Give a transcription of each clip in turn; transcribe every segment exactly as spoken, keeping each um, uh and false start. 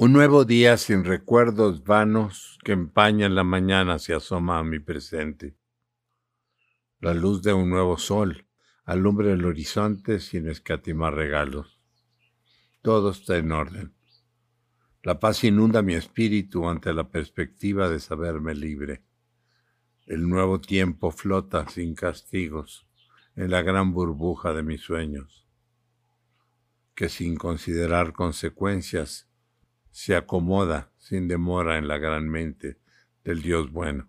Un nuevo día sin recuerdos vanos que empañan la mañana se asoma a mi presente. La luz de un nuevo sol alumbra el horizonte sin escatimar regalos. Todo está en orden. La paz inunda mi espíritu ante la perspectiva de saberme libre. El nuevo tiempo flota sin castigos en la gran burbuja de mis sueños, que sin considerar consecuencias se acomoda sin demora en la gran mente del Dios bueno.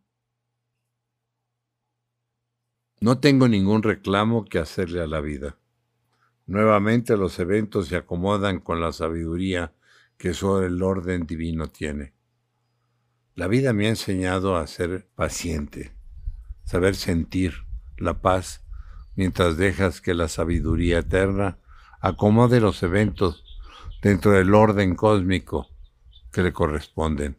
No tengo ningún reclamo que hacerle a la vida. Nuevamente los eventos se acomodan con la sabiduría que solo el orden divino tiene. La vida me ha enseñado a ser paciente, saber sentir la paz mientras dejas que la sabiduría eterna acomode los eventos dentro del orden cósmico que le corresponden.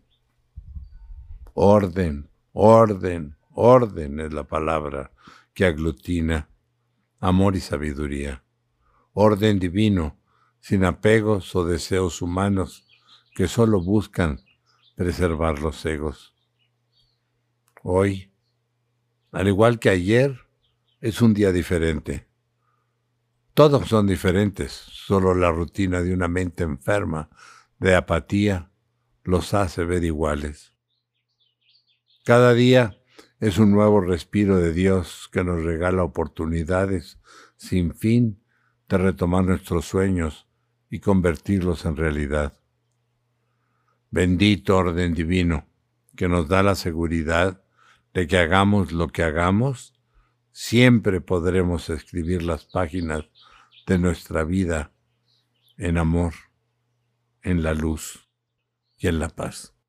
Orden, orden, orden es la palabra que aglutina amor y sabiduría. Orden divino, sin apegos o deseos humanos que solo buscan preservar los egos. Hoy, al igual que ayer, es un día diferente. Todos son diferentes, solo la rutina de una mente enferma de apatía los hace ver iguales. Cada día es un nuevo respiro de Dios que nos regala oportunidades sin fin de retomar nuestros sueños y convertirlos en realidad. Bendito orden divino que nos da la seguridad de que hagamos lo que hagamos, siempre podremos escribir las páginas de nuestra vida en amor, en la luz y en la paz.